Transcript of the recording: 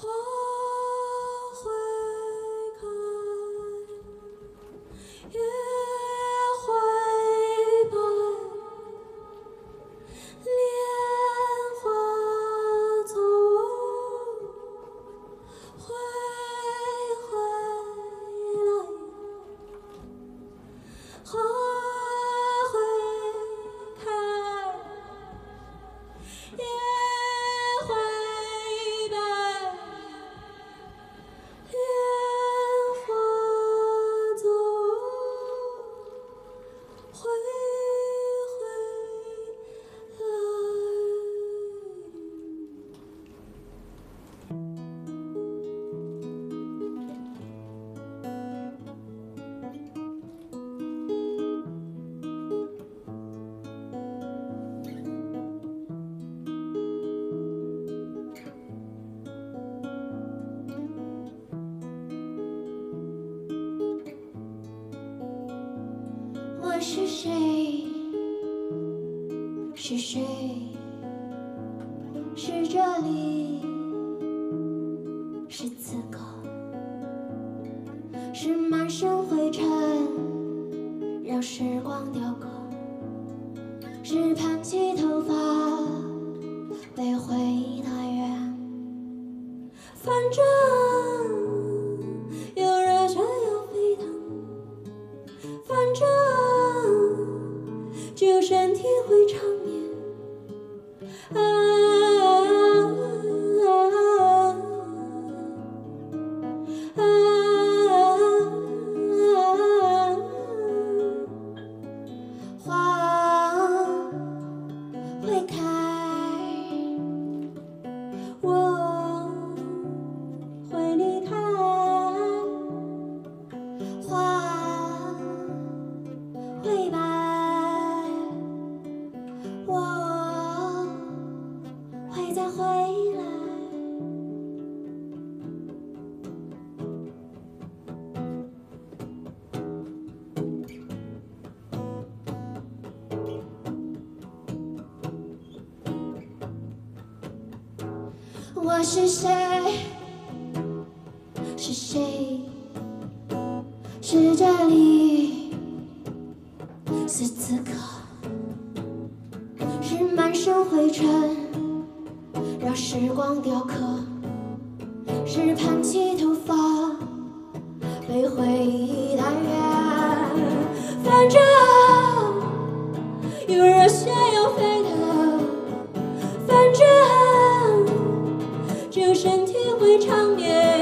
会开，月会白，莲花走，会回来，花会开，叶会白，莲花走，会回来。我是谁？是谁？是这里？是此刻？是满身灰尘，让时光雕刻？是盘起头发，被回忆太远？反正有热却有沸腾，反正只有身体会长眠。花会开，我会离开。花会白，我会再回来。我是谁？是谁？是这里？是此刻？是满身灰尘，让时光雕刻？是盘起头发，被回忆太远？反正有热血有沸腾，反正只有身体会长眠。